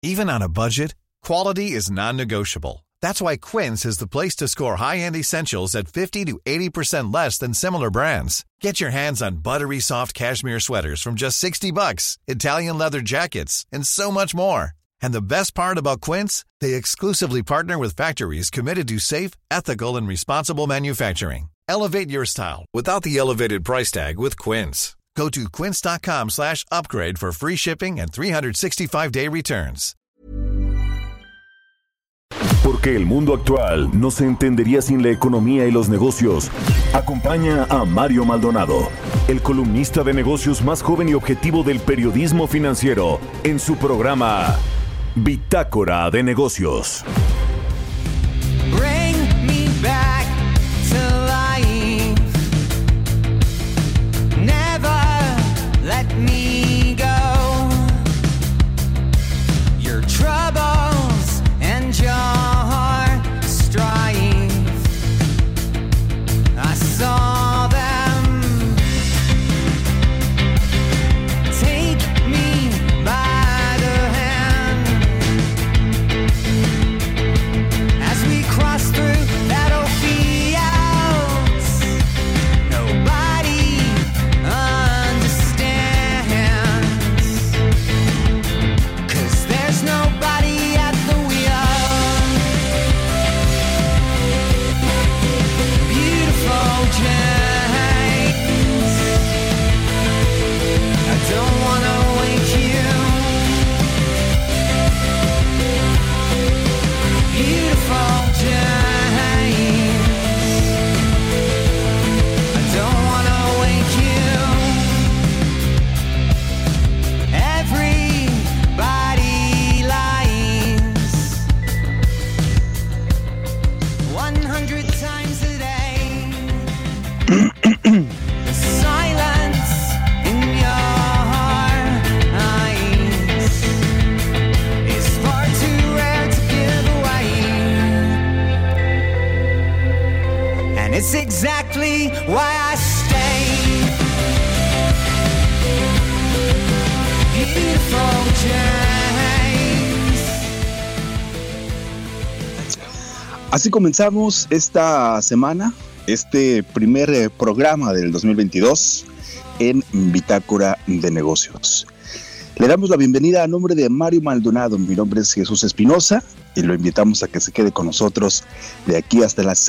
Even on a budget, quality is non-negotiable. That's why Quince is the place to score high-end essentials at 50 to 80% less than similar brands. Get your hands on buttery soft cashmere sweaters from just $60, Italian leather jackets, and so much more. And the best part about Quince, they exclusively partner with factories committed to safe, ethical, and responsible manufacturing. Elevate your style without the elevated price tag with Quince. Go to quince.com/upgrade for free shipping and 365-day returns. Porque el mundo actual no se entendería sin la economía y los negocios. Acompaña a Mario Maldonado, el columnista de negocios más joven y objetivo del periodismo financiero, en su programa Bitácora de Negocios. Bring me back to life. Never let me go. Your troubles and your strife, I saw them. Take me by the hand as we cross through battlefields. Nobody understands, 'cause there's nobody at the wheel. Beautiful James, I don't wanna wake you. Beautiful James, I don't wanna wake you. Everybody lies 100 times a day. The silence in your eyes is far too rare to give away, and it's exactly why I stay. Beautiful James. Así comenzamos esta semana, este primer programa del 2022 en Bitácora de Negocios. Le damos la bienvenida a nombre de Mario Maldonado. Mi nombre es Jesús Espinosa y lo invitamos a que se quede con nosotros de aquí hasta las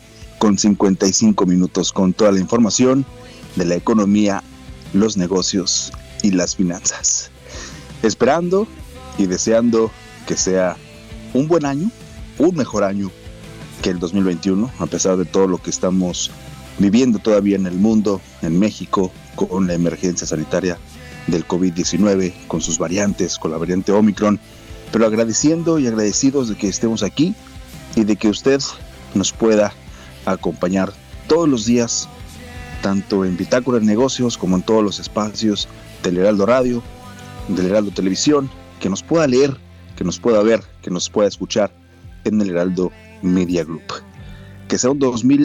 6:55 con toda la información de la economía, los negocios y las finanzas. Esperando y deseando que sea un buen año, un mejor año que el 2021, a pesar de todo lo que estamos viviendo todavía en el mundo, en México, con la emergencia sanitaria del COVID-19, con sus variantes, con la variante Omicron, pero agradeciendo y agradecidos de que estemos aquí y de que usted nos pueda acompañar todos los días, tanto en Bitácora de Negocios como en todos los espacios del Heraldo Radio, del Heraldo Televisión, que nos pueda leer, que nos pueda ver, que nos pueda escuchar en el Heraldo Media Group. Que sea un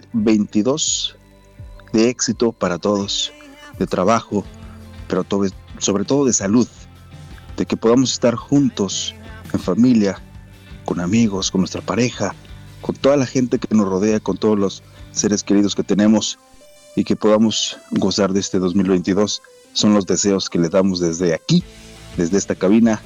2022 de éxito para todos, de trabajo, pero sobre todo de salud, de que podamos estar juntos, en familia, con amigos, con nuestra pareja, con toda la gente que nos rodea, con todos los seres queridos que tenemos, y que podamos gozar de este 2022. Son los deseos que le damos desde aquí, desde esta cabina,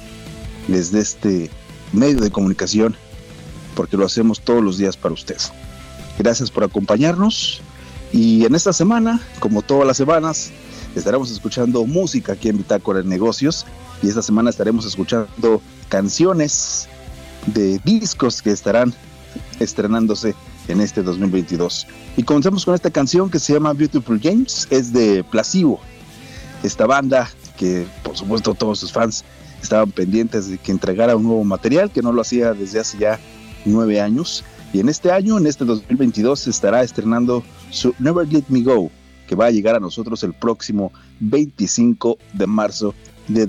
desde este medio de comunicación, porque lo hacemos todos los días para usted. Gracias por acompañarnos, y en esta semana, como todas las semanas, estaremos escuchando música aquí en Bitácora de Negocios, y esta semana estaremos escuchando canciones de discos que estarán estrenándose en este 2022. Y comenzamos con esta canción que se llama Beautiful James, es de Placebo, esta banda que por supuesto todos sus fans estaban pendientes de que entregara un nuevo material, que no lo hacía desde hace ya 9 años, y en este año, en este 2022, se estará estrenando su Never Let Me Go, que va a llegar a nosotros el próximo 25 de marzo de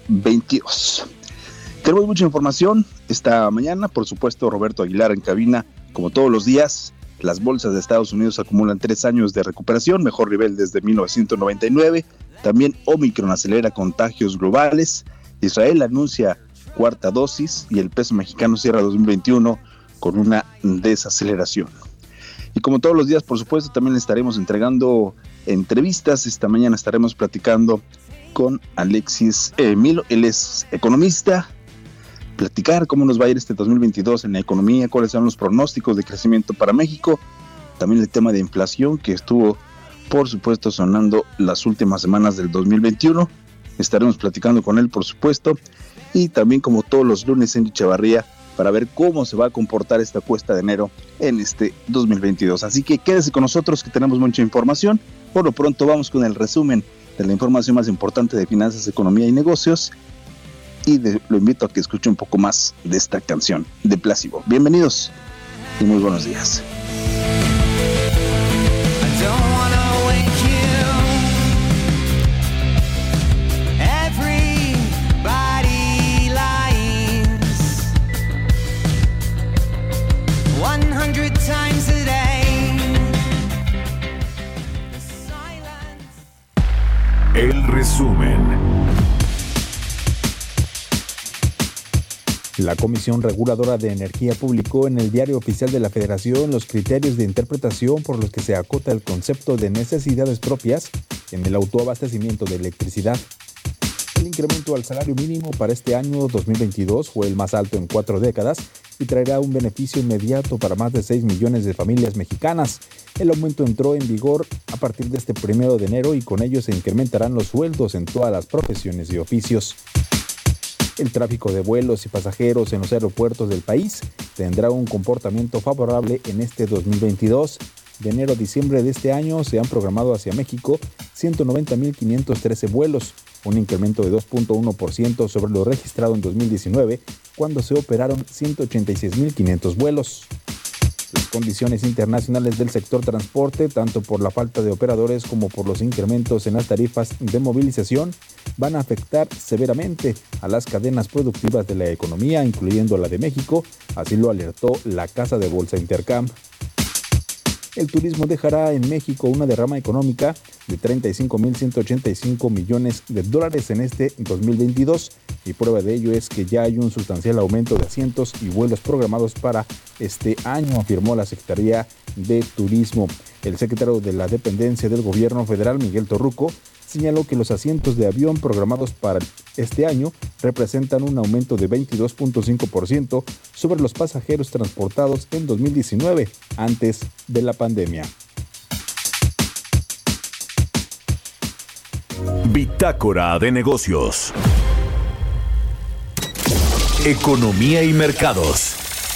2022. Tenemos mucha información esta mañana, por supuesto Roberto Aguilar en cabina, como todos los días. Las bolsas de Estados Unidos acumulan 3 años de recuperación, mejor nivel desde 1999. También Omicron acelera contagios globales. Israel anuncia cuarta dosis y el peso mexicano cierra 2021 con una desaceleración. Y como todos los días, por supuesto, también le estaremos entregando entrevistas. Esta mañana estaremos platicando con Alexis Milo, él es economista, platicar cómo nos va a ir este 2022 en la economía, cuáles son los pronósticos de crecimiento para México, también el tema de inflación que estuvo, por supuesto, sonando las últimas semanas del 2021. Estaremos platicando con él, por supuesto, y también como todos los lunes en Echevarría, para ver cómo se va a comportar esta cuesta de enero en este 2022. Así que quédese con nosotros que tenemos mucha información. Por lo pronto vamos con el resumen de la información más importante de finanzas, economía y negocios. Y lo invito a que escuche un poco más de esta canción de Plácido. Bienvenidos y muy buenos días. El resumen. La Comisión Reguladora de Energía publicó en el Diario Oficial de la Federación los criterios de interpretación por los que se acota el concepto de necesidades propias en el autoabastecimiento de electricidad. El incremento al salario mínimo para este año 2022 fue el más alto en 4 décadas y traerá un beneficio inmediato para más de 6 millones de familias mexicanas. El aumento entró en vigor a partir de este 1 de enero y con ello se incrementarán los sueldos en todas las profesiones y oficios. El tráfico de vuelos y pasajeros en los aeropuertos del país tendrá un comportamiento favorable en este 2022. De enero a diciembre de este año se han programado hacia México 190.513 vuelos, un incremento de 2.1% sobre lo registrado en 2019, cuando se operaron 186.500 vuelos. Las condiciones internacionales del sector transporte, tanto por la falta de operadores como por los incrementos en las tarifas de movilización, van a afectar severamente a las cadenas productivas de la economía, incluyendo la de México, así lo alertó la casa de bolsa Intercam. El turismo dejará en México una derrama económica de 35.185 millones de dólares en este 2022 y prueba de ello es que ya hay un sustancial aumento de asientos y vuelos programados para este año, afirmó la Secretaría de Turismo. El secretario de la Dependencia del Gobierno Federal, Miguel Torruco, señaló que los asientos de avión programados para este año representan un aumento de 22.5% sobre los pasajeros transportados en 2019, antes de la pandemia. Bitácora de negocios. Economía y mercados.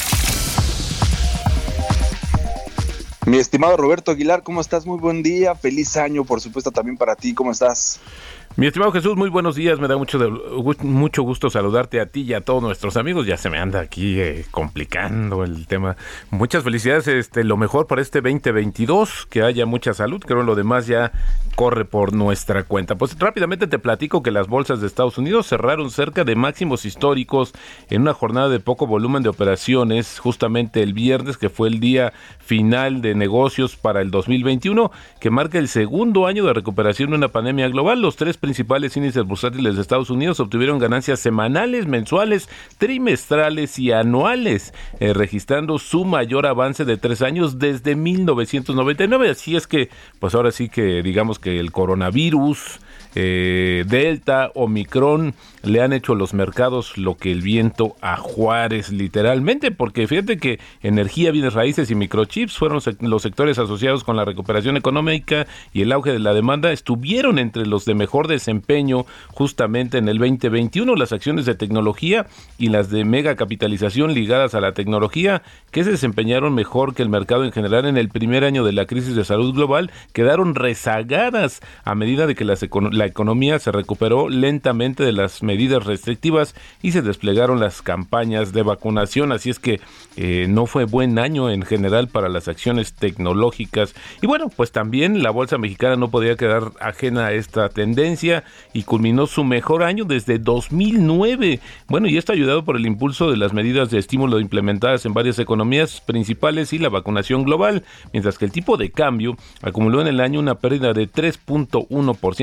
Mi estimado Roberto Aguilar, ¿cómo estás? Muy buen día, feliz año, por supuesto, también para ti, ¿cómo estás? Mi estimado Jesús, muy buenos días, me da mucho gusto saludarte a ti y a todos nuestros amigos, ya se me anda aquí complicando el tema. Muchas felicidades, lo mejor para este 2022, que haya mucha salud, creo lo demás ya corre por nuestra cuenta. Pues rápidamente te platico que las bolsas de Estados Unidos cerraron cerca de máximos históricos en una jornada de poco volumen de operaciones, justamente el viernes, que fue el día final de negocios para el 2021, que marca el segundo año de recuperación de una pandemia global. Los tres principales índices bursátiles de Estados Unidos obtuvieron ganancias semanales, mensuales, trimestrales y anuales, registrando su mayor avance de 3 años desde 1999. Así es que, pues ahora sí que digamos que el coronavirus, Delta, Omicron, le han hecho a los mercados lo que el viento a Juárez, literalmente, porque fíjate que energía, bienes raíces y microchips fueron los sectores asociados con la recuperación económica y el auge de la demanda, estuvieron entre los de mejor desempeño justamente en el 2021. Las acciones de tecnología y las de mega capitalización ligadas a la tecnología, que se desempeñaron mejor que el mercado en general en el primer año de la crisis de salud global, quedaron rezagadas a medida de que la economía se recuperó lentamente de las medidas restrictivas y se desplegaron las campañas de vacunación. Así es que no fue buen año en general para las acciones tecnológicas. Y bueno, pues también la bolsa mexicana no podía quedar ajena a esta tendencia y culminó su mejor año desde 2009. Bueno, y esto ayudado por el impulso de las medidas de estímulo implementadas en varias economías principales y la vacunación global, mientras que el tipo de cambio acumuló en el año una pérdida de 3.1%, una depreciación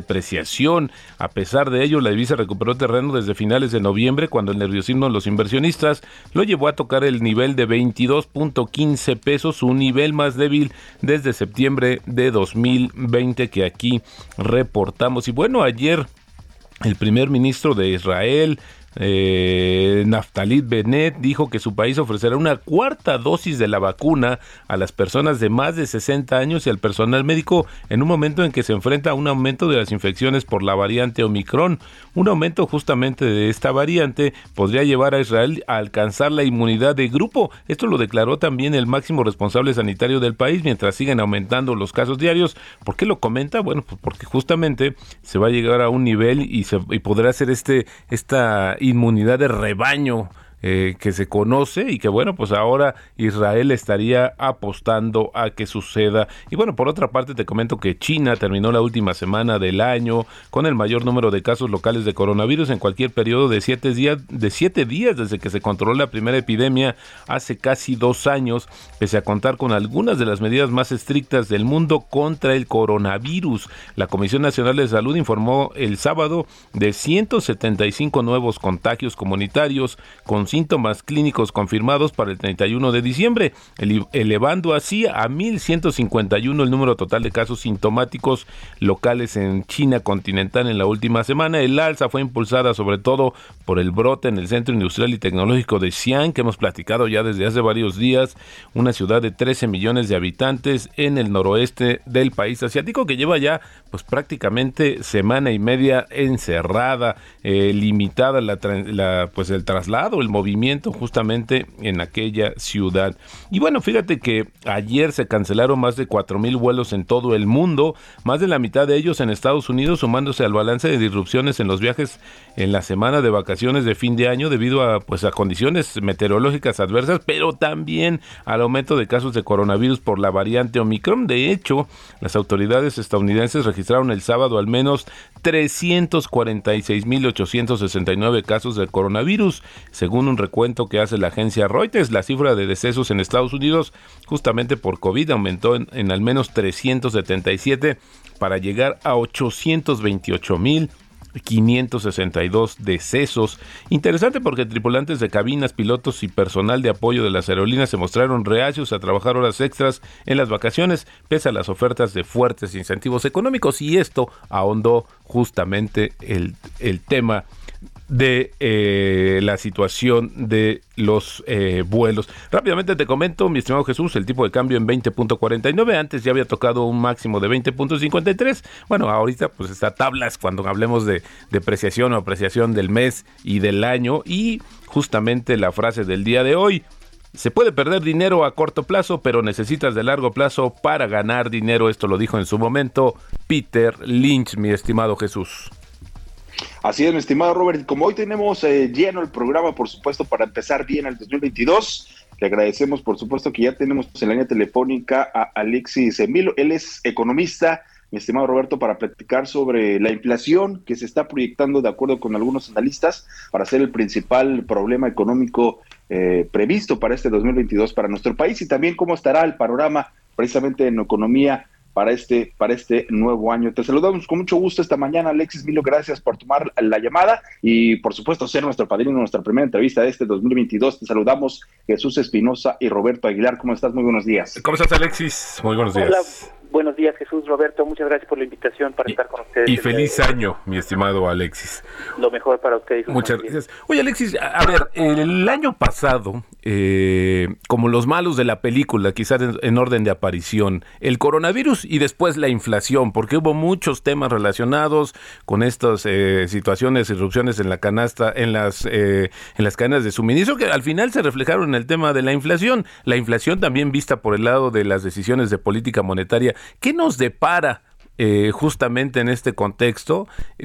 depreciación. A pesar de ello, la divisa recuperó terreno desde finales de noviembre, cuando el nerviosismo de los inversionistas lo llevó a tocar el nivel de 22.15 pesos, un nivel más débil desde septiembre de 2020 que aquí reportamos. Y bueno, ayer el primer ministro de Israel, Naftali Bennett, dijo que su país ofrecerá una cuarta dosis de la vacuna a las personas de más de 60 años y al personal médico en un momento en que se enfrenta a un aumento de las infecciones por la variante Omicron. Un aumento justamente de esta variante podría llevar a Israel a alcanzar la inmunidad de grupo. Esto lo declaró también el máximo responsable sanitario del país mientras siguen aumentando los casos diarios. ¿Por qué lo comenta? Bueno, pues porque justamente se va a llegar a un nivel y podrá ser esta inmunidad de rebaño que se conoce y que bueno, pues ahora Israel estaría apostando a que suceda. Y bueno, por otra parte te comento que China terminó la última semana del año con el mayor número de casos locales de coronavirus en cualquier periodo de 7 días desde que se controló la primera epidemia hace casi 2 años, pese a contar con algunas de las medidas más estrictas del mundo contra el coronavirus. La Comisión Nacional de Salud informó el sábado de 175 nuevos contagios comunitarios con síntomas clínicos confirmados para el 31 de diciembre, elevando así a 1.151 el número total de casos sintomáticos locales en China continental en la última semana. El alza fue impulsada sobre todo por el brote en el Centro Industrial y Tecnológico de Xi'an, que hemos platicado ya desde hace varios días, una ciudad de 13 millones de habitantes en el noroeste del país asiático, que lleva ya pues prácticamente semana y media encerrada, limitada el traslado, el movimiento justamente en aquella ciudad. Y bueno, fíjate que ayer se cancelaron más de 4,000 vuelos en todo el mundo, más de la mitad de ellos en Estados Unidos, sumándose al balance de disrupciones en los viajes en la semana de vacaciones de fin de año debido a condiciones meteorológicas adversas, pero también al aumento de casos de coronavirus por la variante Omicron. De hecho, las autoridades estadounidenses registraron el sábado al menos 346,869 casos de coronavirus, según un recuento que hace la agencia Reuters. La cifra de decesos en Estados Unidos justamente por COVID aumentó en al menos 377 para llegar a 828,562 decesos. Interesante porque tripulantes de cabinas, pilotos y personal de apoyo de las aerolíneas se mostraron reacios a trabajar horas extras en las vacaciones, pese a las ofertas de fuertes incentivos económicos, y esto ahondó justamente el tema de la situación de los vuelos. Rápidamente te comento, mi estimado Jesús, el tipo de cambio en 20.49, antes ya había tocado un máximo de 20.53, bueno, ahorita pues está tablas cuando hablemos de depreciación o apreciación del mes y del año, y justamente la frase del día de hoy: se puede perder dinero a corto plazo, pero necesitas de largo plazo para ganar dinero. Esto lo dijo en su momento Peter Lynch, mi estimado Jesús. Así es, mi estimado Robert. Como hoy tenemos lleno el programa, por supuesto, para empezar bien el 2022, le agradecemos, por supuesto, que ya tenemos en la línea telefónica a Alexis Emilio. Él es economista, mi estimado Roberto, para platicar sobre la inflación que se está proyectando, de acuerdo con algunos analistas, para ser el principal problema económico previsto para este 2022 para nuestro país, y también cómo estará el panorama precisamente en economía para este nuevo año. Te saludamos con mucho gusto esta mañana, Alexis. Mil gracias por tomar la llamada y, por supuesto, ser nuestro padrino en nuestra primera entrevista de este 2022. Te saludamos Jesús Espinosa y Roberto Aguilar. ¿Cómo estás? Muy buenos días. ¿Cómo estás, Alexis? Muy buenos días. Hola, buenos días, Jesús, Roberto. Muchas gracias por la invitación para estar con ustedes. Y feliz año, mi estimado Alexis. Lo mejor para ustedes. Muchas gracias. Oye, Alexis, a ver, el año pasado, como los malos de la película, quizás en orden de aparición, el coronavirus y después la inflación, porque hubo muchos temas relacionados con estas situaciones, irrupciones en la canasta, en las cadenas de suministro, que al final se reflejaron en el tema de la inflación también vista por el lado de las decisiones de política monetaria. ¿Qué nos depara justamente en este contexto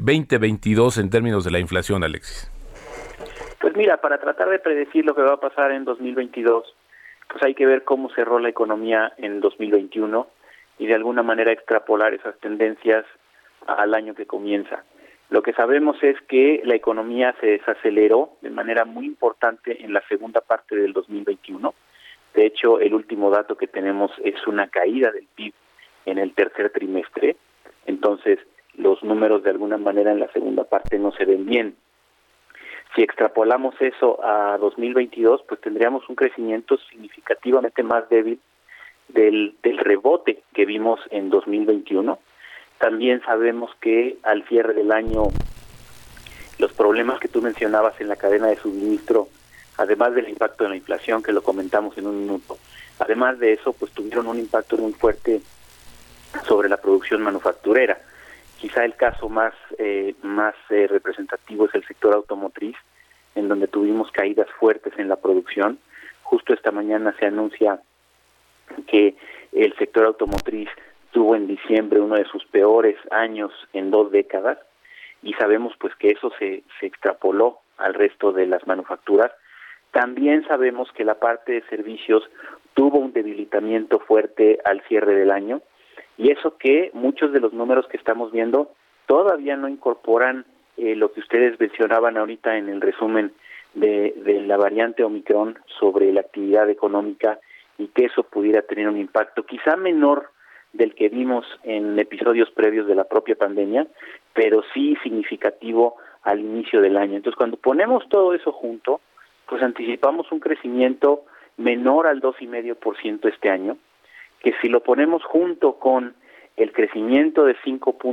2022 en términos de la inflación, Alexis? Pues mira, para tratar de predecir lo que va a pasar en 2022, pues hay que ver cómo cerró la economía en 2021 y de alguna manera extrapolar esas tendencias al año que comienza. Lo que sabemos es que la economía se desaceleró de manera muy importante en la segunda parte del 2021. De hecho, el último dato que tenemos es una caída del PIB en el tercer trimestre. Entonces, los números de alguna manera en la segunda parte no se ven bien. Si extrapolamos eso a 2022, pues tendríamos un crecimiento significativamente más débil del rebote que vimos en 2021. También sabemos que al cierre del año los problemas que tú mencionabas en la cadena de suministro, además del impacto de la inflación, que lo comentamos en un minuto, además de eso, pues tuvieron un impacto muy fuerte sobre la producción manufacturera. Quizá el caso más representativo es el sector automotriz, en donde tuvimos caídas fuertes en la producción. Justo esta mañana se anuncia que el sector automotriz tuvo en diciembre uno de sus peores años en 2 décadas, y sabemos pues que eso se extrapoló al resto de las manufacturas. También sabemos que la parte de servicios tuvo un debilitamiento fuerte al cierre del año, y eso que muchos de los números que estamos viendo todavía no incorporan lo que ustedes mencionaban ahorita en el resumen de la variante Omicron sobre la actividad económica, y que eso pudiera tener un impacto quizá menor del que vimos en episodios previos de la propia pandemia, pero sí significativo al inicio del año. Entonces, cuando ponemos todo eso junto, pues anticipamos un crecimiento menor al 2,5% este año, que si lo ponemos junto con el crecimiento de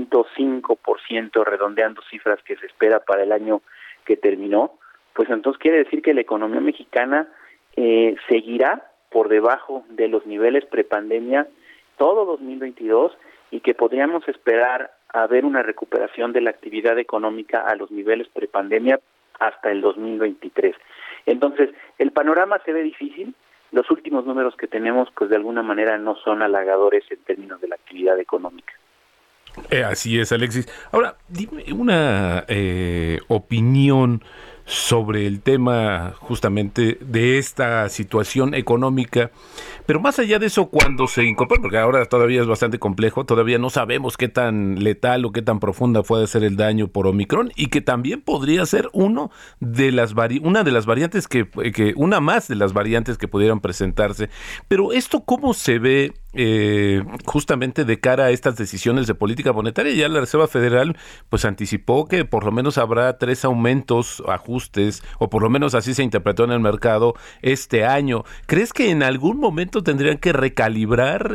5.5%, redondeando cifras que se espera para el año que terminó, pues entonces quiere decir que la economía mexicana seguirá por debajo de los niveles prepandemia todo 2022, y que podríamos esperar a ver una recuperación de la actividad económica a los niveles prepandemia hasta el 2023. Entonces, el panorama se ve difícil. Los últimos números que tenemos, pues de alguna manera no son halagadores en términos de la actividad económica. Así es, Alexis. Ahora, dime una opinión sobre el tema justamente de esta situación económica, pero más allá de eso, cuando se incorpora, porque ahora todavía es bastante complejo, todavía no sabemos qué tan letal o qué tan profunda puede ser el daño por Omicron, y que también podría ser una de las variantes una más de las variantes que pudieran presentarse. Pero esto, ¿cómo se ve justamente de cara a estas decisiones de política monetaria? Ya la Reserva Federal pues anticipó que por lo menos habrá 3 aumentos, ajustes, o por lo menos así se interpretó en el mercado este año. ¿Crees que en algún momento tendrían que recalibrar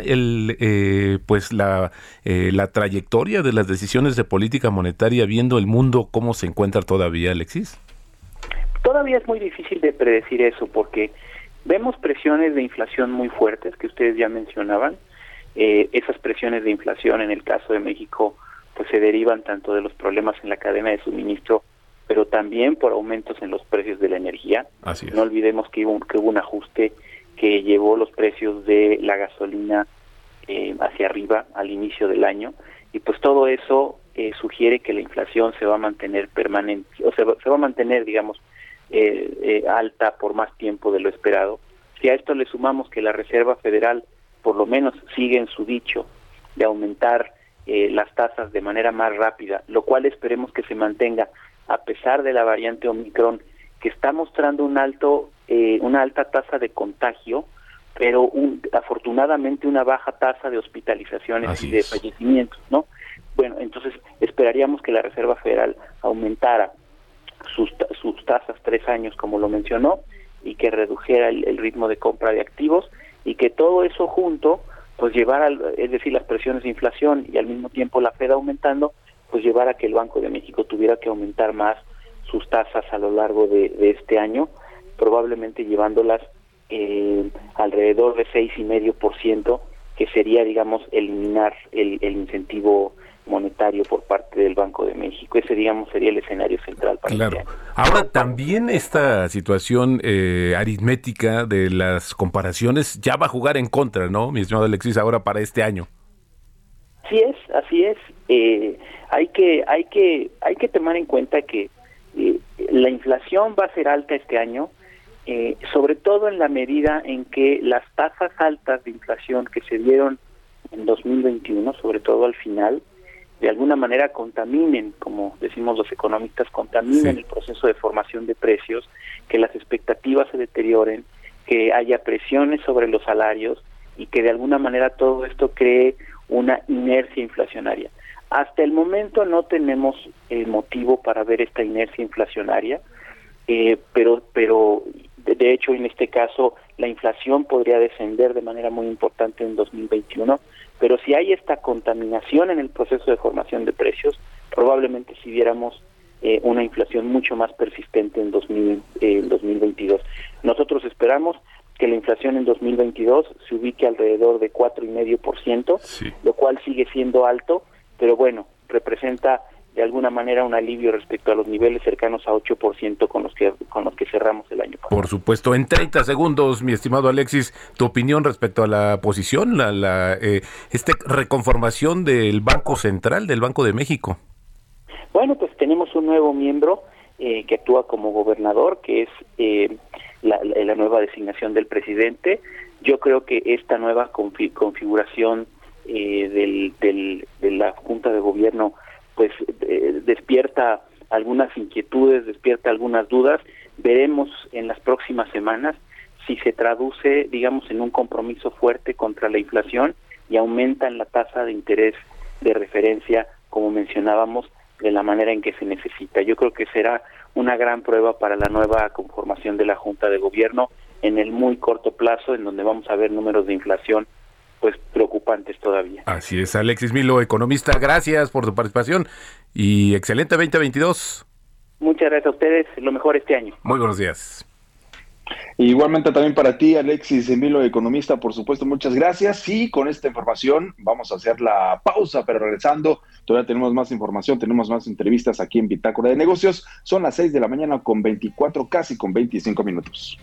la trayectoria de las decisiones de política monetaria, viendo el mundo cómo se encuentra todavía, Alexis? Todavía es muy difícil de predecir eso, porque vemos presiones de inflación muy fuertes que ustedes ya mencionaban. Esas presiones de inflación en el caso de México pues se derivan tanto de los problemas en la cadena de suministro, pero también por aumentos en los precios de la energía. Así es. No olvidemos que hubo un ajuste que llevó los precios de la gasolina hacia arriba al inicio del año, y pues todo eso sugiere que la inflación se va a mantener permanente, o se va a mantener, digamos, alta por más tiempo de lo esperado. Si a esto le sumamos que la Reserva Federal por lo menos sigue en su dicho de aumentar las tasas de manera más rápida, lo cual esperemos que se mantenga a pesar de la variante Omicron, que está mostrando una alta tasa de contagio, pero afortunadamente una baja tasa de hospitalizaciones Así y de fallecimientos, ¿no? Bueno, entonces esperaríamos que la Reserva Federal aumentara sus tasas 3 años, como lo mencionó, y que redujera el ritmo de compra de activos, y que todo eso junto, pues llevara, es decir, las presiones de inflación y al mismo tiempo la Fed aumentando, pues llevara a que el Banco de México tuviera que aumentar más sus tasas a lo largo de este año, probablemente llevándolas alrededor de 6,5%, que sería, digamos, eliminar el incentivo monetario por parte del Banco de México. Ese, digamos, sería el escenario central para Claro. este año. Ahora, también esta situación aritmética de las comparaciones ya va a jugar en contra, ¿no, mi estimado Alexis, ahora para este año? Así es. Hay que tomar en cuenta que la inflación va a ser alta este año, sobre todo en la medida en que las tasas altas de inflación que se dieron en 2021, sobre todo al final, de alguna manera contaminen, como decimos los economistas, contaminen el proceso de formación de precios, que las expectativas se deterioren, que haya presiones sobre los salarios y que de alguna manera todo esto cree una inercia inflacionaria. Hasta el momento no tenemos motivo para ver esta inercia inflacionaria, pero de hecho en este caso la inflación podría descender de manera muy importante en 2021, pero si hay esta contaminación en el proceso de formación de precios, probablemente si viéramos una inflación mucho más persistente en 2022. Nosotros esperamos que la inflación en 2022 se ubique alrededor de 4.5%, sí, lo cual sigue siendo alto, pero bueno, representa de alguna manera un alivio respecto a los niveles cercanos a 8% con los que cerramos el año pasado. Por supuesto. En 30 segundos, mi estimado Alexis, tu opinión respecto a la posición, esta reconformación del Banco Central, del Banco de México. Bueno, pues tenemos un nuevo miembro que actúa como gobernador, que es la nueva designación del presidente. Yo creo que esta nueva configuración de la Junta de Gobierno pues despierta algunas inquietudes, despierta algunas dudas. Veremos en las próximas semanas si se traduce, digamos, en un compromiso fuerte contra la inflación y aumentan la tasa de interés de referencia, como mencionábamos, de la manera en que se necesita. Yo creo que será una gran prueba para la nueva conformación de la Junta de Gobierno en el muy corto plazo, en donde vamos a ver números de inflación pues preocupantes todavía. Así es, Alexis Milo, economista, gracias por tu participación y excelente 2022. Muchas gracias a ustedes, lo mejor este año. Muy buenos días. Igualmente también para ti, Alexis Milo, economista, por supuesto, muchas gracias. Y con esta información vamos a hacer la pausa, pero regresando, todavía tenemos más información, tenemos más entrevistas aquí en Bitácora de Negocios. Son las 6 de la mañana con 24, casi con 25 minutos.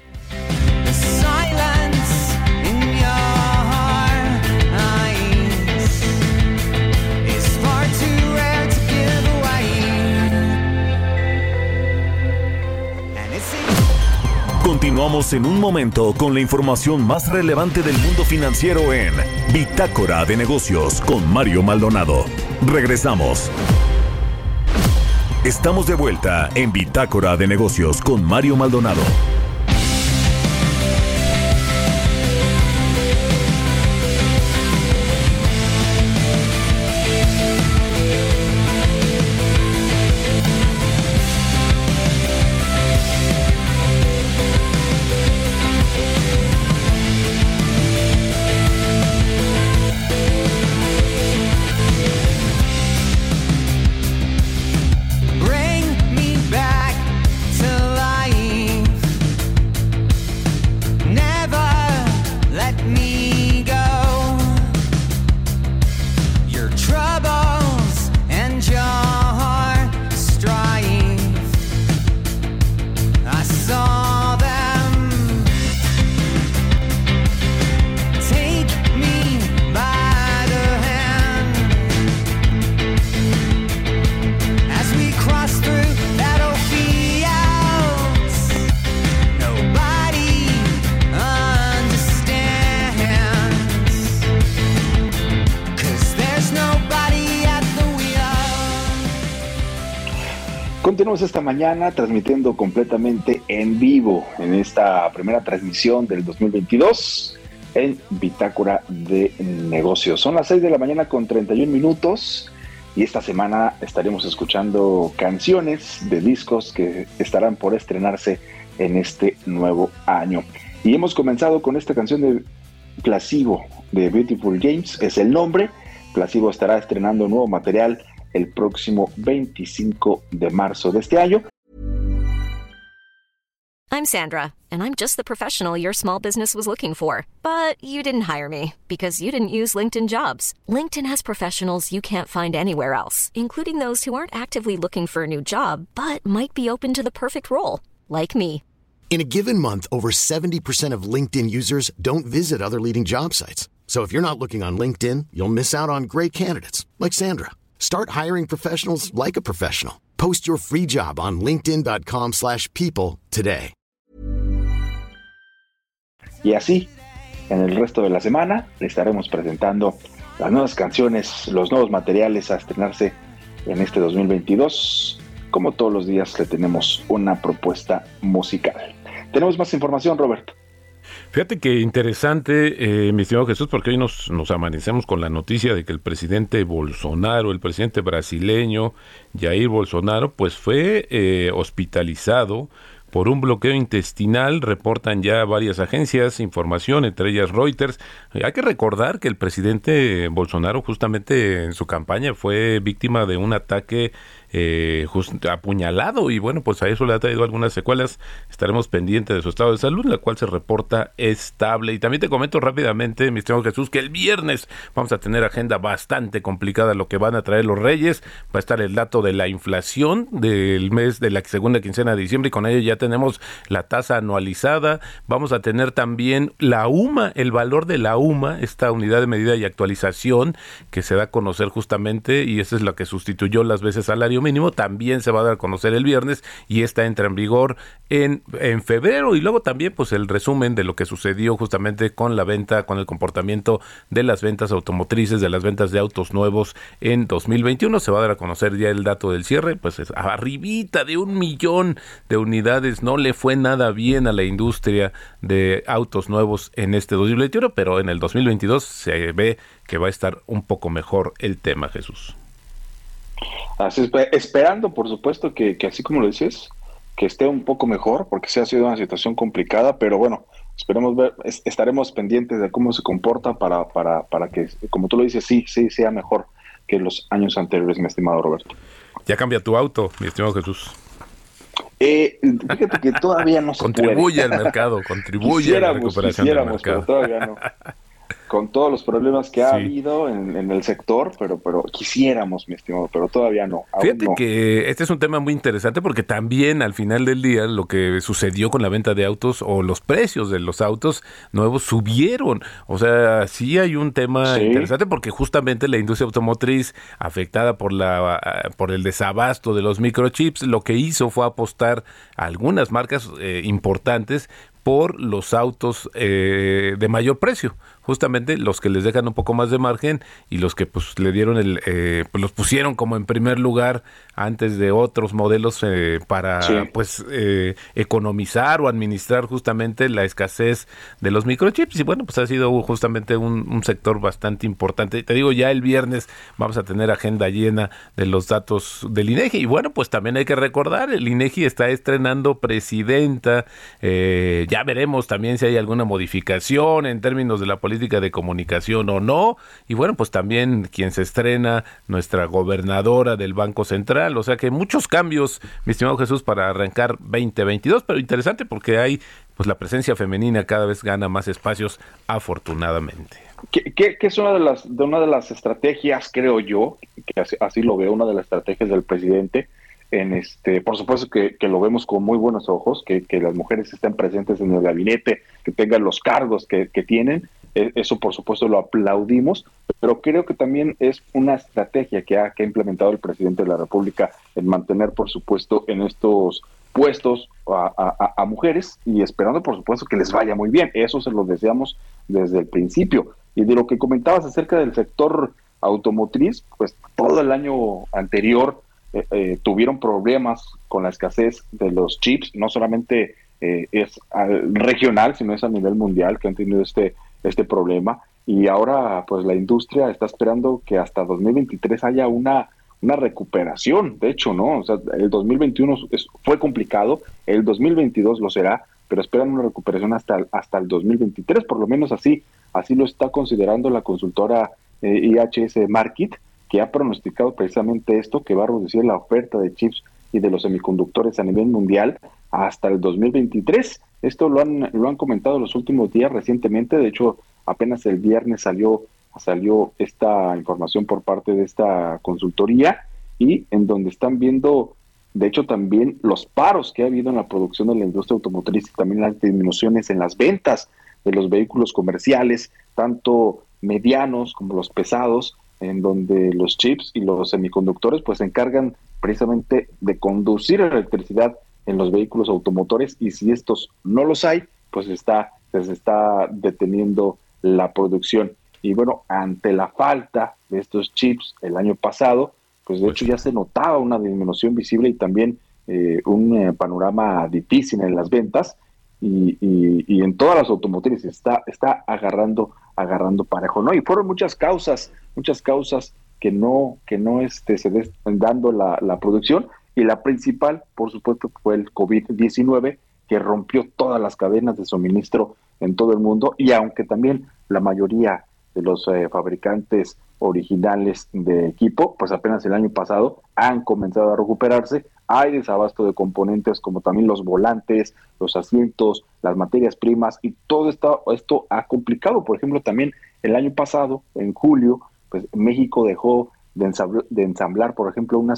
Continuamos en un momento con la información más relevante del mundo financiero en Bitácora de Negocios con Mario Maldonado. Regresamos. Estamos de vuelta en Bitácora de Negocios con Mario Maldonado. Continuamos esta mañana transmitiendo completamente en vivo en esta primera transmisión del 2022 en Bitácora de Negocios. Son las 6 de la mañana con 31 minutos y esta semana estaremos escuchando canciones de discos que estarán por estrenarse en este nuevo año. Y hemos comenzado con esta canción de Placebo de Beautiful Games, es el nombre. Placebo estará estrenando nuevo material el próximo 25 de marzo de este año. I'm Sandra, and I'm just the professional your small business was looking for. But you didn't hire me because you didn't use LinkedIn Jobs. LinkedIn has professionals you can't find anywhere else, including those who aren't actively looking for a new job, but might be open to the perfect role, like me. In a given month, over 70% of LinkedIn users don't visit other leading job sites. So if you're not looking on LinkedIn, you'll miss out on great candidates like Sandra. Start hiring professionals like a professional. Post your free job on linkedin.com/people today. Y así, en el resto de la semana, le estaremos presentando las nuevas canciones, los nuevos materiales a estrenarse en este 2022. Como todos los días, le tenemos una propuesta musical. Tenemos más información, Roberto. Fíjate que interesante, mi estimado Jesús, porque hoy nos amanecemos con la noticia de que el presidente Bolsonaro, el presidente brasileño Jair Bolsonaro, pues fue hospitalizado por un bloqueo intestinal. Reportan ya varias agencias información, entre ellas Reuters. Hay que recordar que el presidente Bolsonaro justamente en su campaña fue víctima de un ataque apuñalado, y bueno, pues a eso le ha traído algunas secuelas. Estaremos pendientes de su estado de salud, la cual se reporta estable. Y también te comento rápidamente, mi estimado Jesús, que el viernes vamos a tener agenda bastante complicada, lo que van a traer los Reyes. Va a estar el dato de la inflación del mes de la segunda quincena de diciembre, y con ello ya tenemos la tasa anualizada. Vamos a tener también la UMA, el valor de la UMA, esta unidad de medida y actualización que se da a conocer justamente, y esa es la que sustituyó las veces salario mínimo. También se va a dar a conocer el viernes, y esta entra en vigor en febrero. Y luego también pues el resumen de lo que sucedió justamente con la venta, con el comportamiento de las ventas automotrices, de las ventas de autos nuevos en 2021. Se va a dar a conocer ya el dato del cierre, pues es arribita de 1 millón de unidades. No le fue nada bien a la industria de autos nuevos en este 2021, pero en el 2022 se ve que va a estar un poco mejor el tema, Jesús. Así es, esperando, por supuesto, que así como lo dices, que esté un poco mejor, porque sí ha sido una situación complicada, pero bueno, esperemos ver, estaremos pendientes de cómo se comporta para que, como tú lo dices, sí sea mejor que los años anteriores, mi estimado Roberto. Ya cambia tu auto, mi estimado Jesús. Fíjate que todavía no se contribuye puede. al mercado, contribuye a la recuperación del mercado. Pero todavía no. Con todos los problemas que ha habido en el sector, pero quisiéramos, mi estimado, pero todavía no. Fíjate que este es un tema muy interesante, porque también al final del día lo que sucedió con la venta de autos, o los precios de los autos nuevos subieron. O sea, sí hay un tema interesante, porque justamente la industria automotriz, afectada por el desabasto de los microchips, lo que hizo fue apostar a algunas marcas importantes por los autos de mayor precio, justamente los que les dejan un poco más de margen, y los que pues le dieron pues los pusieron como en primer lugar antes de otros modelos para pues economizar o administrar justamente la escasez de los microchips. Y bueno, pues ha sido justamente un sector bastante importante. Y te digo, ya el viernes vamos a tener agenda llena de los datos del INEGI, y bueno, pues también hay que recordar, el INEGI está estrenando presidenta. Ya veremos también si hay alguna modificación en términos de la política de comunicación o no. Y bueno, pues también quien se estrena, nuestra gobernadora del Banco Central. O sea que muchos cambios, mi estimado Jesús, para arrancar 2022, pero interesante porque hay, pues la presencia femenina cada vez gana más espacios, afortunadamente. Que es una de las estrategias, creo yo, que así lo veo, una de las estrategias del presidente. Por supuesto que lo vemos con muy buenos ojos, que las mujeres estén presentes en el gabinete, que tengan los cargos que tienen. Eso por supuesto lo aplaudimos, pero creo que también es una estrategia que ha implementado el presidente de la República en mantener, por supuesto, en estos puestos a mujeres, y esperando por supuesto que les vaya muy bien. Eso se lo deseamos desde el principio. Y de lo que comentabas acerca del sector automotriz, pues todo el año anterior tuvieron problemas con la escasez de los chips. No solamente es regional, sino es a nivel mundial que han tenido este problema, y ahora pues la industria está esperando que hasta 2023 haya una recuperación. De hecho, ¿no? O sea, el 2021 fue complicado, el 2022 lo será, pero esperan una recuperación hasta el 2023, por lo menos así lo está considerando la consultora IHS Markit, que ha pronosticado precisamente esto, que va a reducir la oferta de chips y de los semiconductores a nivel mundial hasta el 2023. Esto lo han comentado los últimos días recientemente. De hecho, apenas el viernes salió esta información por parte de esta consultoría, y en donde están viendo, de hecho, también los paros que ha habido en la producción de la industria automotriz, y también las disminuciones en las ventas de los vehículos comerciales, tanto medianos como los pesados, en donde los chips y los semiconductores pues se encargan precisamente de conducir electricidad en los vehículos automotores, y si estos no los hay, pues se está deteniendo la producción. Y bueno, ante la falta de estos chips el año pasado, pues de hecho ya se notaba una disminución visible, y también un panorama difícil en las ventas. y en todas las automotrices está agarrando parejo, ¿no? Y fueron muchas causas que no se están dando la producción, y la principal, por supuesto, fue el COVID-19, que rompió todas las cadenas de suministro en todo el mundo, y aunque también la mayoría de los fabricantes originales de equipo, pues apenas el año pasado han comenzado a recuperarse, hay desabasto de componentes como también los volantes, los asientos, las materias primas, y todo esto ha complicado. Por ejemplo, también el año pasado, en julio, pues México dejó de ensamblar, por ejemplo, unas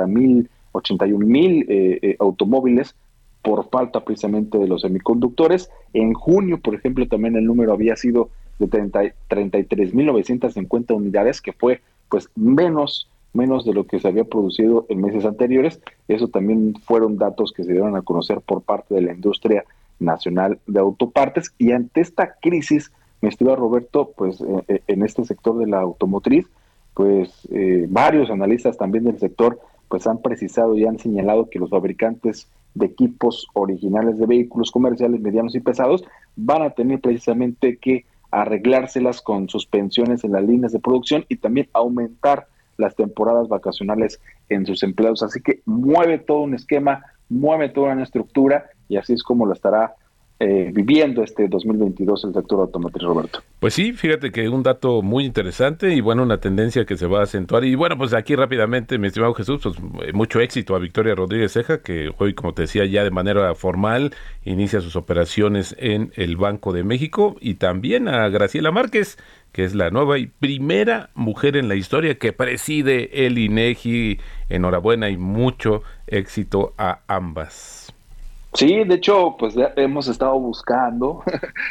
81,000 automóviles por falta precisamente de los semiconductores. En junio, por ejemplo, también el número había sido de 33,950 unidades, que fue pues menos de lo que se había producido en meses anteriores. Eso también fueron datos que se dieron a conocer por parte de la industria nacional de autopartes. Y ante esta crisis, mi estimado Roberto, pues en este sector de la automotriz, pues varios analistas también del sector pues han precisado y han señalado que los fabricantes de equipos originales de vehículos comerciales medianos y pesados van a tener precisamente que arreglárselas con suspensiones en las líneas de producción y también aumentar las temporadas vacacionales en sus empleados. Así que mueve todo un esquema, mueve toda una estructura, y así es como lo estará viviendo este 2022 el sector automotriz, Roberto. Pues sí, fíjate que un dato muy interesante y bueno, una tendencia que se va a acentuar. Y bueno, pues aquí rápidamente, mi estimado Jesús, pues mucho éxito a Victoria Rodríguez Ceja, que hoy, como te decía, ya de manera formal inicia sus operaciones en el Banco de México, y también a Graciela Márquez, que es la nueva y primera mujer en la historia que preside el INEGI. Enhorabuena y mucho éxito a ambas. Sí, de hecho, pues ya hemos estado buscando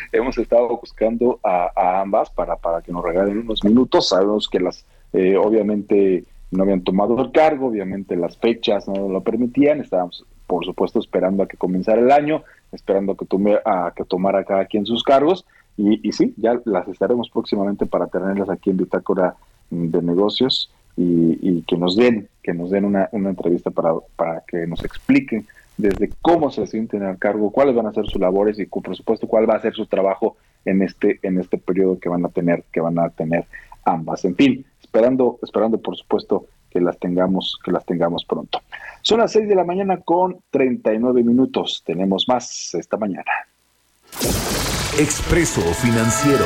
a ambas para que nos regalen unos minutos. Sabemos que obviamente no habían tomado el cargo, obviamente las fechas no lo permitían. Estábamos, por supuesto, esperando a que comenzara el año, esperando a que tomara cada quien sus cargos, y sí, ya las estaremos próximamente para tenerlas aquí en Bitácora de Negocios, y que nos den una entrevista para que nos expliquen desde cómo se sienten al cargo, cuáles van a ser sus labores y, por supuesto, cuál va a ser su trabajo en este periodo que van a tener ambas. En fin, esperando por supuesto que las tengamos pronto. Son las 6 de la mañana con 39 minutos. Tenemos más esta mañana. Expreso Financiero.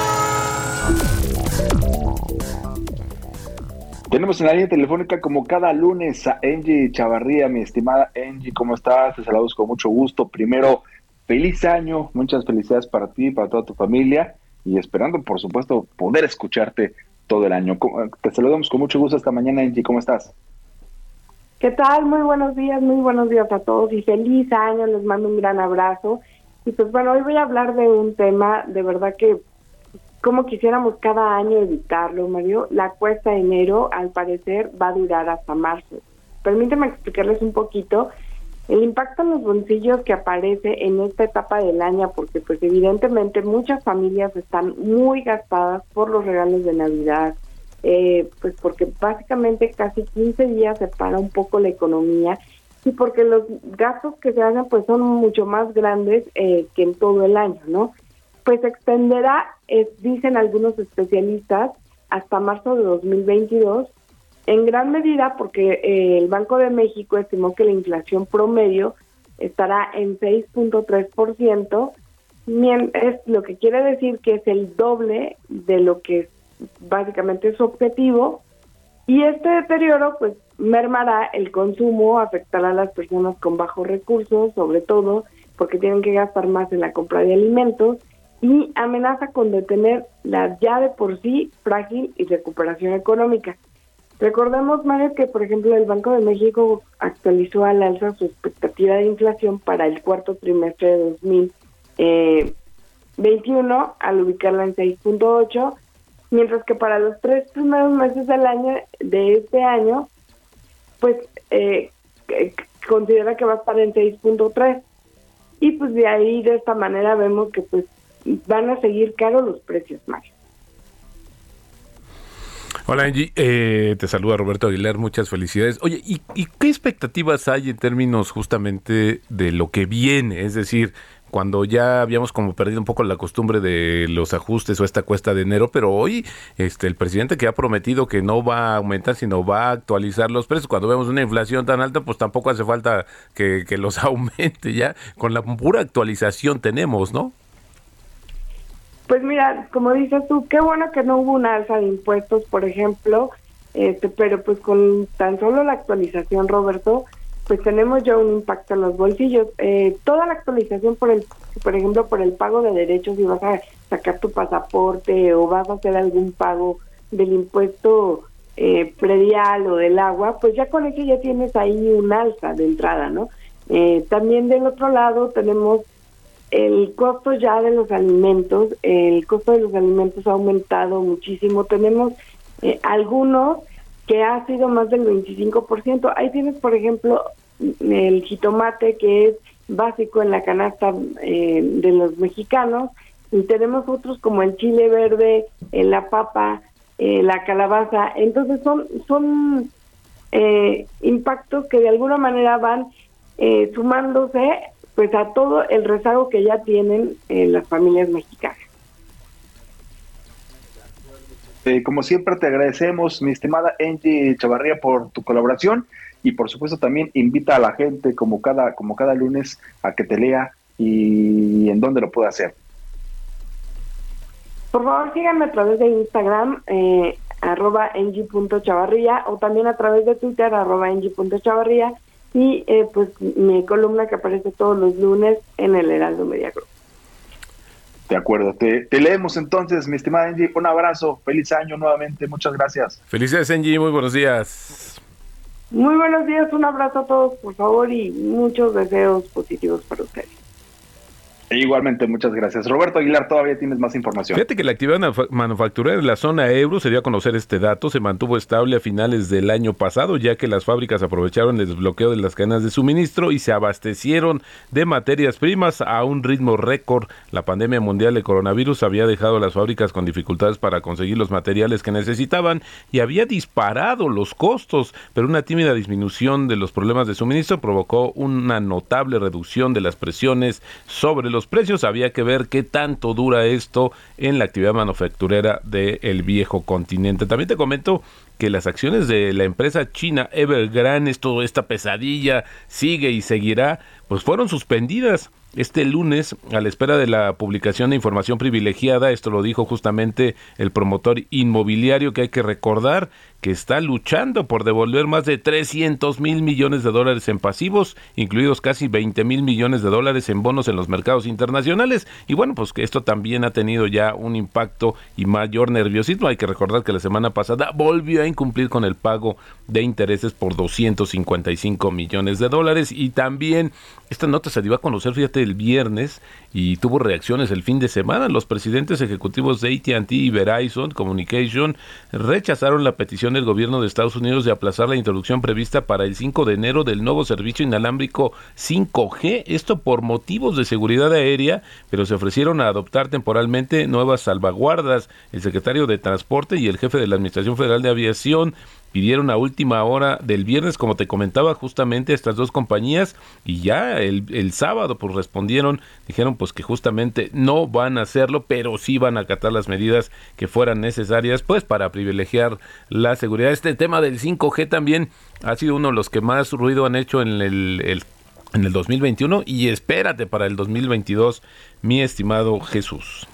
Tenemos en la línea telefónica, como cada lunes, a Angie Chavarría. Mi estimada Angie, ¿cómo estás? Te saludamos con mucho gusto. Primero, feliz año, muchas felicidades para ti y para toda tu familia, y esperando, por supuesto, poder escucharte todo el año. Te saludamos con mucho gusto esta mañana, Angie, ¿cómo estás? ¿Qué tal? Muy buenos días a todos y feliz año, les mando un gran abrazo. Y pues bueno, hoy voy a hablar de un tema de verdad que como quisiéramos cada año evitarlo, Mario. La cuesta de enero, al parecer, va a durar hasta marzo. Permíteme explicarles un poquito el impacto en los bolsillos que aparece en esta etapa del año, porque pues evidentemente muchas familias están muy gastadas por los regalos de Navidad, pues porque básicamente casi 15 días se para un poco la economía, y porque los gastos que se hacen pues son mucho más grandes que en todo el año, ¿no? Pues se extenderá, dicen algunos especialistas, hasta marzo de 2022, en gran medida porque el Banco de México estimó que la inflación promedio estará en 6.3%, es lo que quiere decir que es el doble de lo que básicamente es su objetivo, y este deterioro pues mermará el consumo, afectará a las personas con bajos recursos, sobre todo porque tienen que gastar más en la compra de alimentos, y amenaza con detener la ya de por sí frágil y recuperación económica. Recordemos, Mario, que por ejemplo el Banco de México actualizó al alza su expectativa de inflación para el cuarto trimestre de 2021 al ubicarla en 6.8, mientras que para los 3 primeros meses de este año, pues considera que va a estar en 6.3, y pues de ahí, de esta manera, vemos que pues van a seguir caros los precios, Mario. Hola, Angie, te saluda Roberto Aguilar, muchas felicidades. Oye, ¿y qué expectativas hay en términos justamente de lo que viene? Es decir, cuando ya habíamos como perdido un poco la costumbre de los ajustes o esta cuesta de enero, pero hoy el presidente que ha prometido que no va a aumentar, sino va a actualizar los precios. Cuando vemos una inflación tan alta, pues tampoco hace falta que los aumente, ya con la pura actualización tenemos, ¿no? Pues mira, como dices tú, qué bueno que no hubo una alza de impuestos, por ejemplo, pero pues con tan solo la actualización, Roberto, pues tenemos ya un impacto en los bolsillos. Toda la actualización, por ejemplo, por el pago de derechos, si vas a sacar tu pasaporte o vas a hacer algún pago del impuesto predial o del agua, pues ya con eso ya tienes ahí un alza de entrada, ¿no? También del otro lado tenemos el costo ya de los alimentos. El costo de los alimentos ha aumentado muchísimo. Tenemos algunos que ha sido más del 25%. Ahí tienes, por ejemplo, el jitomate, que es básico en la canasta de los mexicanos, y tenemos otros como el chile verde, la papa, la calabaza. Entonces son impactos que de alguna manera van sumándose pues a todo el rezago que ya tienen las familias mexicanas. Como siempre te agradecemos, mi estimada Angie Chavarría, por tu colaboración, y por supuesto también invita a la gente como cada lunes a que te lea, y en dónde lo puede hacer. Por favor, síganme a través de Instagram, @Angie.Chavarría, o también a través de Twitter, @Angie.Chavarría, y pues mi columna que aparece todos los lunes en el Heraldo Media Group. De acuerdo, te leemos entonces, mi estimada Angie. Un abrazo, feliz año nuevamente, muchas gracias. Felicidades, Angie, muy buenos días. Muy buenos días, un abrazo a todos, por favor, y muchos deseos positivos para ustedes. Igualmente, muchas gracias. Roberto Aguilar, todavía tienes más información. Fíjate que la actividad manufacturera de la zona euro, se dio a conocer este dato, se mantuvo estable a finales del año pasado, ya que las fábricas aprovecharon el desbloqueo de las cadenas de suministro y se abastecieron de materias primas a un ritmo récord. La pandemia mundial de coronavirus había dejado a las fábricas con dificultades para conseguir los materiales que necesitaban y había disparado los costos, pero una tímida disminución de los problemas de suministro provocó una notable reducción de las presiones sobre los precios. Había que ver qué tanto dura esto en la actividad manufacturera del viejo continente. También te comento que las acciones de la empresa china Evergrande, esta pesadilla sigue y seguirá, pues fueron suspendidas este lunes a la espera de la publicación de información privilegiada. Esto lo dijo justamente el promotor inmobiliario, que hay que recordar que está luchando por devolver más de 300,000 millones de dólares en pasivos, incluidos casi 20,000 millones de dólares en bonos en los mercados internacionales. Y bueno, pues que esto también ha tenido ya un impacto y mayor nerviosismo. Hay que recordar que la semana pasada volvió a incumplir con el pago de intereses por 255 millones de dólares. Y también esta nota se dio a conocer, fíjate, el viernes, y tuvo reacciones el fin de semana. Los presidentes ejecutivos de AT&T y Verizon Communication rechazaron la petición del gobierno de Estados Unidos de aplazar la introducción prevista para el 5 de enero del nuevo servicio inalámbrico 5G, esto por motivos de seguridad aérea, pero se ofrecieron a adoptar temporalmente nuevas salvaguardas. El secretario de Transporte y el jefe de la Administración Federal de Aviación pidieron a última hora del viernes, como te comentaba, justamente estas dos compañías, y ya el sábado pues respondieron, dijeron pues que justamente no van a hacerlo, pero sí van a acatar las medidas que fueran necesarias pues para privilegiar la seguridad. Este tema del 5G también ha sido uno de los que más ruido han hecho en el 2021, y espérate para el 2022, mi estimado Jesús.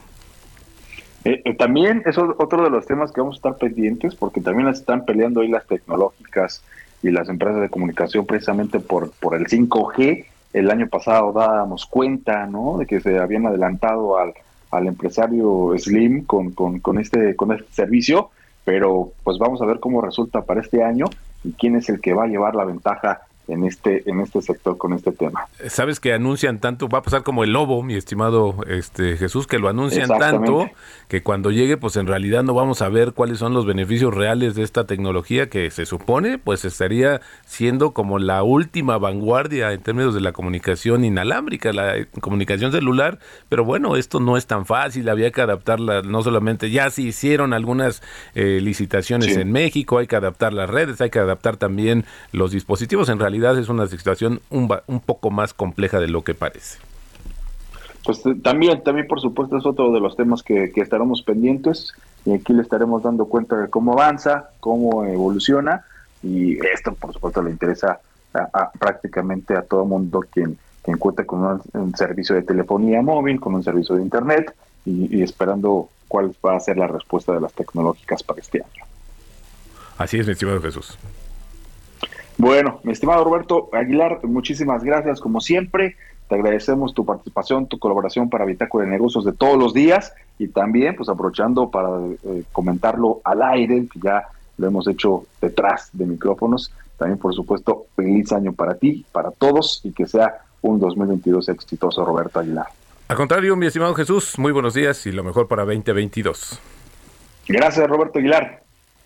También es otro de los temas que vamos a estar pendientes, porque también las están peleando ahí las tecnológicas y las empresas de comunicación precisamente por el 5G. El año pasado dábamos cuenta, ¿no?, de que se habían adelantado al empresario Slim con este servicio, pero pues vamos a ver cómo resulta para este año y quién es el que va a llevar la ventaja en este sector con este tema. Sabes que anuncian tanto, va a pasar como el lobo, mi estimado Jesús, que lo anuncian tanto que cuando llegue pues en realidad no vamos a ver cuáles son los beneficios reales de esta tecnología, que se supone pues estaría siendo como la última vanguardia en términos de la comunicación inalámbrica, la comunicación celular, pero bueno, esto no es tan fácil, había que adaptarla, no solamente, ya se hicieron algunas licitaciones en México, hay que adaptar las redes, hay que adaptar también los dispositivos. En realidad es una situación un poco más compleja de lo que parece. Pues también por supuesto es otro de los temas que estaremos pendientes y aquí le estaremos dando cuenta de cómo avanza, cómo evoluciona y esto por supuesto le interesa prácticamente a todo mundo quien cuenta con un servicio de telefonía móvil, con un servicio de internet y esperando cuál va a ser la respuesta de las tecnológicas para este año. Así es, mi estimado Jesús. Bueno, mi estimado Roberto Aguilar, muchísimas gracias como siempre. Te agradecemos tu participación, tu colaboración para Bitácora de Negocios de todos los días y también pues aprovechando para comentarlo al aire, que ya lo hemos hecho detrás de micrófonos. También, por supuesto, feliz año para ti, para todos y que sea un 2022 exitoso, Roberto Aguilar. Al contrario, mi estimado Jesús, muy buenos días y lo mejor para 2022. Gracias, Roberto Aguilar.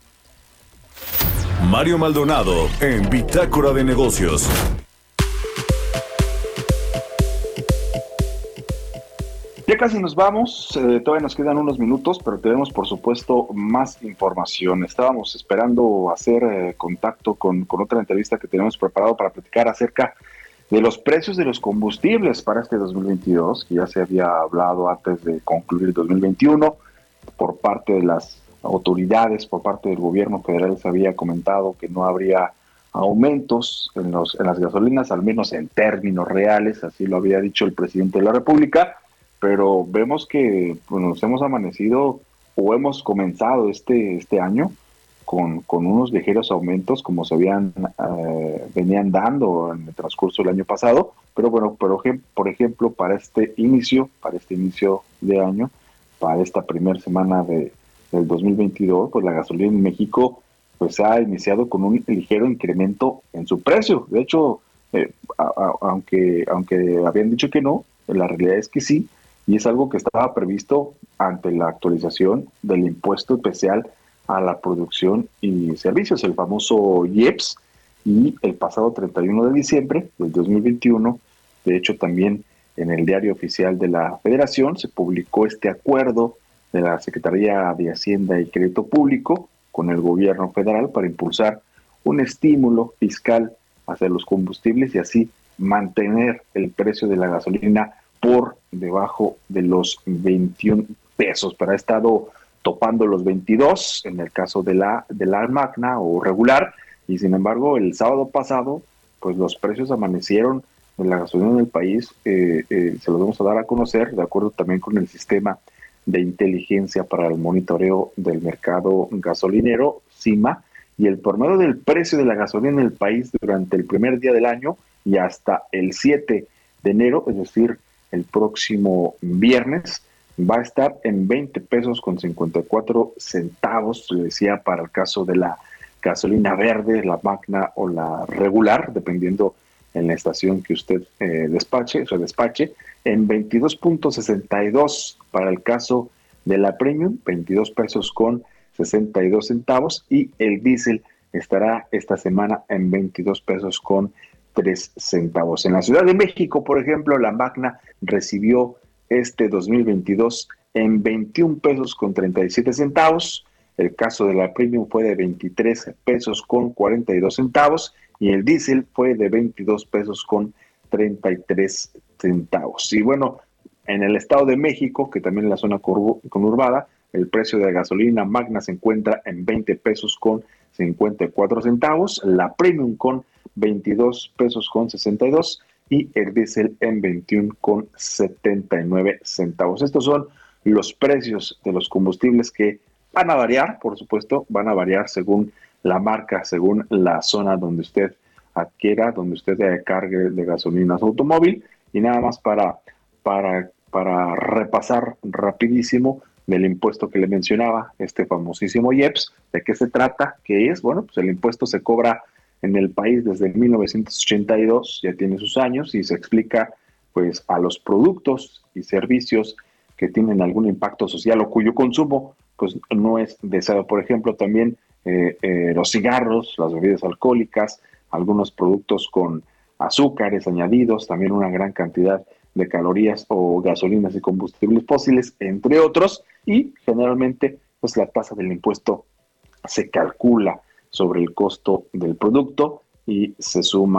Mario Maldonado en Bitácora de Negocios. Ya casi nos vamos, todavía nos quedan unos minutos, pero tenemos por supuesto más información. Estábamos esperando hacer contacto con otra entrevista que tenemos preparado para platicar acerca de los precios de los combustibles para este 2022, que ya se había hablado antes de concluir el 2021, por parte de las autoridades, por parte del gobierno federal se había comentado que no habría aumentos en las gasolinas, al menos en términos reales, así lo había dicho el presidente de la República, pero vemos que pues, nos hemos amanecido o hemos comenzado este año con unos ligeros aumentos como se venían dando en el transcurso del año pasado, pero bueno, por ejemplo, para este inicio de año, para esta primera semana del 2022, pues la gasolina en México pues ha iniciado con un ligero incremento en su precio. De hecho, aunque habían dicho que no, la realidad es que sí, y es algo que estaba previsto ante la actualización del impuesto especial a la producción y servicios, el famoso IEPS, y el pasado 31 de diciembre del 2021, de hecho también en el Diario Oficial de la Federación se publicó este acuerdo de la Secretaría de Hacienda y Crédito Público con el gobierno federal para impulsar un estímulo fiscal hacia los combustibles y así mantener el precio de la gasolina por debajo de los 21 pesos, pero ha estado topando los 22 en el caso de la magna o regular, y sin embargo el sábado pasado pues los precios amanecieron de la gasolina en el país, se los vamos a dar a conocer de acuerdo también con el sistema de inteligencia para el monitoreo del mercado gasolinero, CIMA, y el promedio del precio de la gasolina en el país durante el primer día del año y hasta el 7 de enero, es decir, el próximo viernes, va a estar en 20 pesos con 54 centavos, le decía, para el caso de la gasolina verde, la magna o la regular, dependiendo en la estación que usted despache, en 22.62 para el caso de la premium, 22 pesos con 62 centavos, y el diésel estará esta semana en 22 pesos con 3 centavos. En la Ciudad de México, por ejemplo, la magna recibió este 2022 en 21 pesos con 37 centavos, el caso de la premium fue de 23 pesos con 42 centavos y el diésel fue de 22 pesos con 33 centavos. Y bueno, en el Estado de México, que también en la zona conurbada, el precio de la gasolina magna se encuentra en 20 pesos con 54 centavos, la premium con 22 pesos con 62 y el diésel en 21 con 79 centavos. Estos son los precios de los combustibles que van a variar, por supuesto, van a variar según la marca, según la zona donde usted adquiera, donde usted cargue de gasolina su automóvil. Y nada más para repasar rapidísimo del impuesto que le mencionaba, este famosísimo IEPS, ¿de qué se trata? ¿Qué es? Bueno, pues el impuesto se cobra en el país desde 1982, ya tiene sus años, y se explica pues a los productos y servicios que tienen algún impacto social o cuyo consumo pues no es deseado. Por ejemplo, también los cigarros, las bebidas alcohólicas, algunos productos con azúcares añadidos, también una gran cantidad de calorías o gasolinas y combustibles fósiles, entre otros, y generalmente pues la tasa del impuesto se calcula sobre el costo del producto y se suma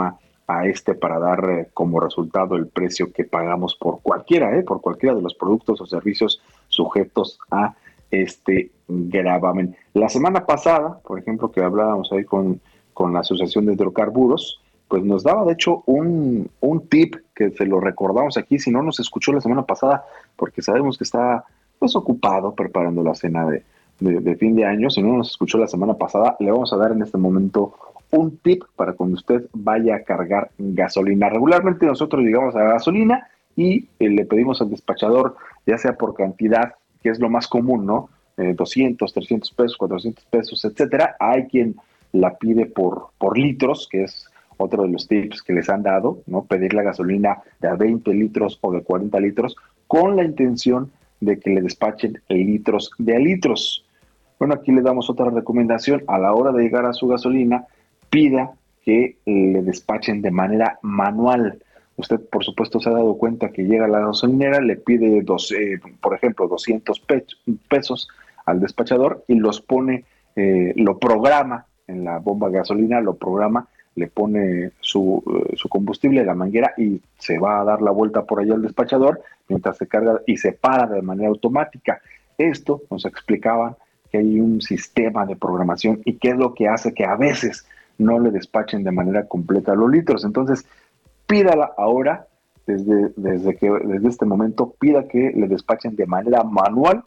a para dar como resultado el precio que pagamos por cualquiera de los productos o servicios sujetos a este gravamen. La semana pasada, por ejemplo, que hablábamos ahí con la Asociación de Hidrocarburos, pues nos daba de hecho un tip que se lo recordamos aquí. Si no nos escuchó la semana pasada, porque sabemos que está pues ocupado preparando la cena de fin de año, si no nos escuchó la semana pasada, le vamos a dar en este momento un tip para cuando usted vaya a cargar gasolina. Regularmente nosotros llegamos a la gasolina y le pedimos al despachador, ya sea por cantidad, que es lo más común, ¿no? 200, 300 pesos, 400 pesos, etcétera. Hay quien la pide por litros, que es otro de los tips que les han dado, ¿no? Pedir la gasolina de 20 litros o de 40 litros con la intención de que le despachen litros de a litros. Bueno, aquí le damos otra recomendación. A la hora de llegar a su gasolina, pida que le despachen de manera manual. Usted, por supuesto, se ha dado cuenta que llega a la gasolinera, le pide, por ejemplo, 200 pesos al despachador y los pone, lo programa en la bomba de gasolina, lo programa, le pone su combustible, la manguera, y se va a dar la vuelta por allá al despachador mientras se carga y se para de manera automática. Esto nos explicaban que hay un sistema de programación y qué es lo que hace que a veces no le despachen de manera completa los litros. Entonces, pídala ahora, desde este momento, pida que le despachen de manera manual,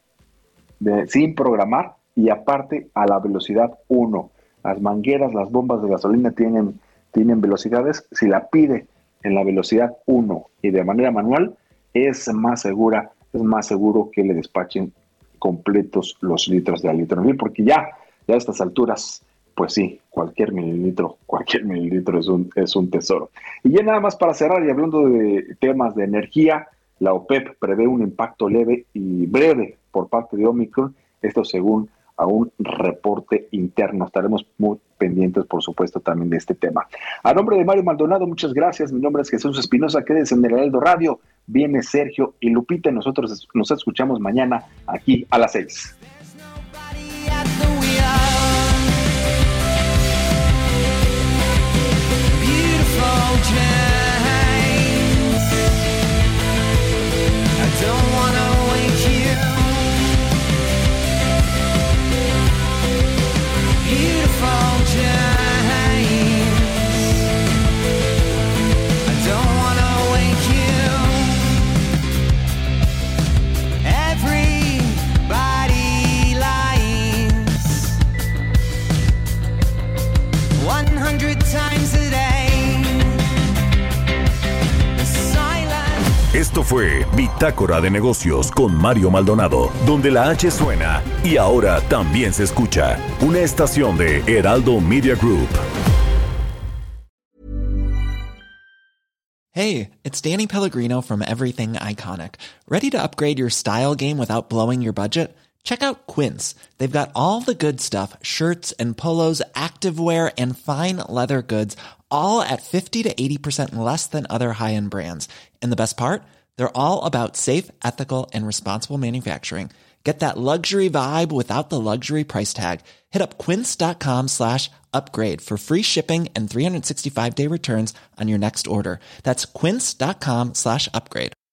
sin programar, y aparte a la velocidad 1. Las mangueras, las bombas de gasolina tienen velocidades. Si la pide en la velocidad 1 y de manera manual, es más seguro que le despachen completos los litros de litro, porque ya a estas alturas, pues sí, cualquier mililitro es un tesoro. Y ya nada más para cerrar, y hablando de temas de energía, la OPEP prevé un impacto leve y breve por parte de Omicron, esto según a un reporte interno. Estaremos muy pendientes, por supuesto, también de este tema. A nombre de Mario Maldonado, muchas gracias. Mi nombre es Jesús Espinosa. Quédense en el Heraldo Radio. Viene Sergio y Lupita. Nosotros nos escuchamos mañana aquí a las 6. Esto fue Bitácora de Negocios con Mario Maldonado, donde la H suena y ahora también se escucha. Una estación de Heraldo Media Group. Hey, it's Danny Pellegrino from Everything Iconic. ¿Ready to upgrade your style game without blowing your budget? Check out Quince. They've got all the good stuff, shirts and polos, activewear, and fine leather goods, all at 50 to 80% less than other high-end brands. And the best part? They're all about safe, ethical, and responsible manufacturing. Get that luxury vibe without the luxury price tag. Hit up quince.com/upgrade for free shipping and 365-day returns on your next order. That's quince.com/upgrade.